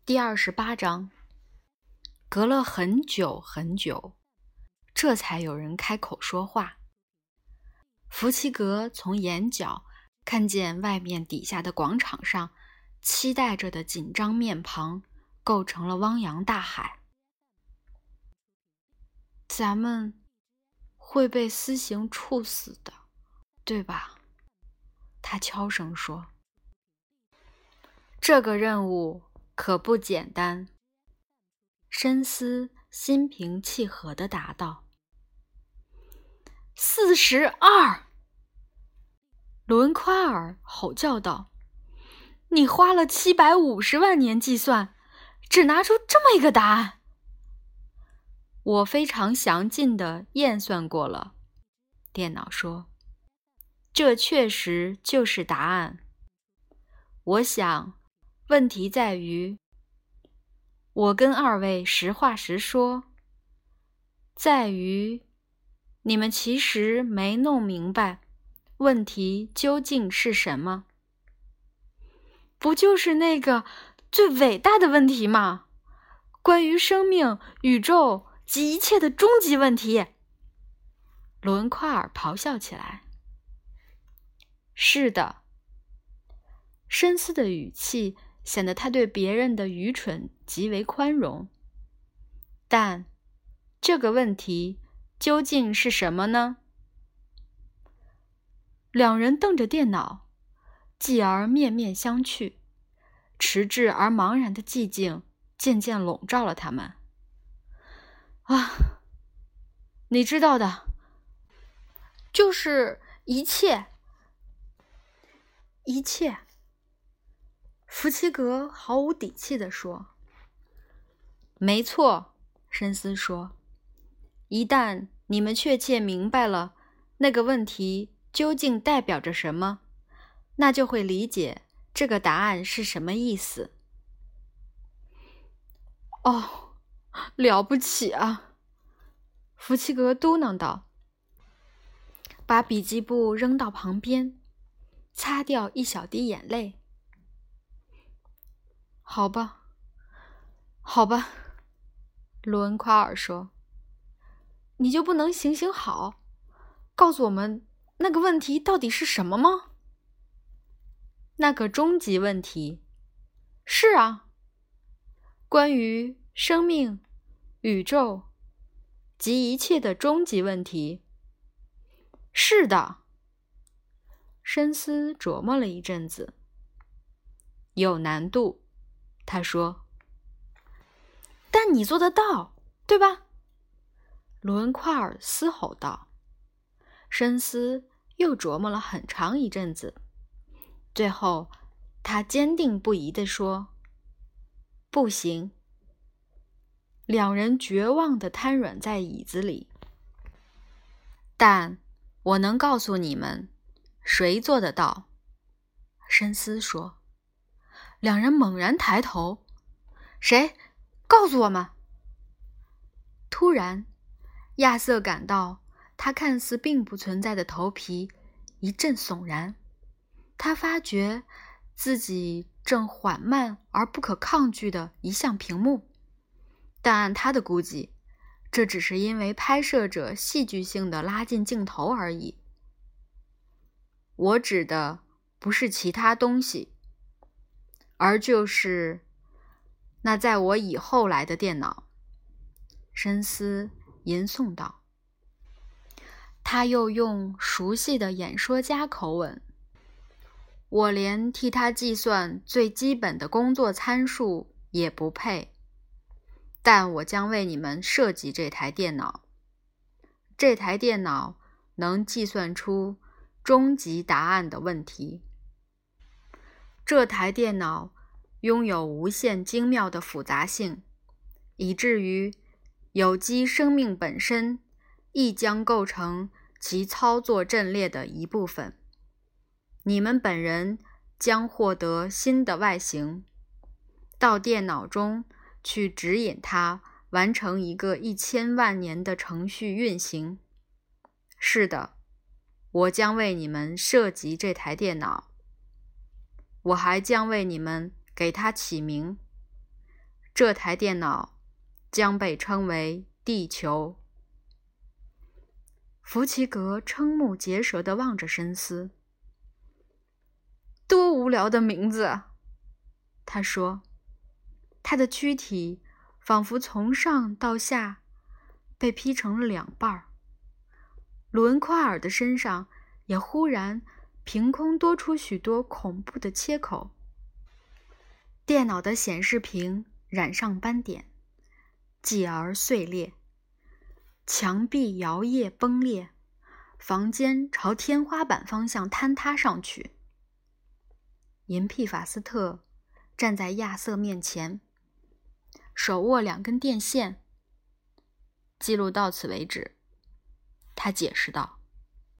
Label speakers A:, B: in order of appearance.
A: 第28章，隔了很久很久，这才有人开口说话。福奇格从眼角看见外面底下的广场上期待着的紧张面庞构成了汪洋大海。咱们会被私刑处死的，对吧？他悄声说。这个任务可不简单。深思心平气和地答道。42！伦夸尔吼叫道，你花了750万年计算，只拿出这么一个答案。我非常详尽地验算过了，电脑说，这确实就是答案。我想问题在于，我跟二位实话实说，在于你们其实没弄明白问题究竟是什么。不就是那个最伟大的问题吗？关于生命、宇宙及一切的终极问题。伦夸尔咆哮起来。是的。深思的语气显得他对别人的愚蠢极为宽容。但这个问题究竟是什么呢？两人瞪着电脑，继而面面相觑，迟滞而茫然的寂静渐渐笼罩了他们。你知道的，就是一切。福奇格毫无底气地说。没错，深思说，一旦你们确切明白了那个问题究竟代表着什么，那就会理解这个答案是什么意思。哦，了不起啊！福奇格嘟囔道，把笔记簿扔到旁边，擦掉一小滴眼泪。好吧，罗恩夸尔说，你就不能行行好，告诉我们那个问题到底是什么吗？那个终极问题。是啊，关于生命、宇宙及一切的终极问题。是的。深思琢磨了一阵子。有难度，他说。但你做得到，对吧？卢恩夸尔嘶吼道。深思又琢磨了很长一阵子，最后他坚定不移地说，不行。两人绝望地瘫软在椅子里。但我能告诉你们，谁做得到？深思说。两人猛然抬头。谁？告诉我们！突然，亚瑟感到他看似并不存在的头皮一阵悚然。他发觉自己正缓慢而不可抗拒地移向屏幕，但按他的估计，这只是因为拍摄者戏剧性地拉近镜头而已。我指的不是其他东西，而就是那在我以后来的电脑。深思吟诵道。他又用熟悉的演说家口吻，我连替他计算最基本的工作参数也不配，但我将为你们设计这台电脑。这台电脑能计算出终极答案的问题。这台电脑拥有无限精妙的复杂性，以至于有机生命本身亦将构成其操作阵列的一部分。你们本人将获得新的外形，到电脑中去指引它完成一个1000万年的程序运行。是的，我将为你们设计这台电脑。我还将为你们给它起名。 这台电脑将被称为地球。福奇格瞠目结舌地望着深思。多无聊的名字啊，他说。他的躯体仿佛从上到下被劈成了两半。鲁恩夸尔的身上也忽然凭空多出许多恐怖的切口。电脑的显示屏染上斑点，继而碎裂，墙壁摇曳崩裂，房间朝天花板方向坍塌上去。银屁法斯特站在亚瑟面前，手握2根电线。记录到此为止，他解释道。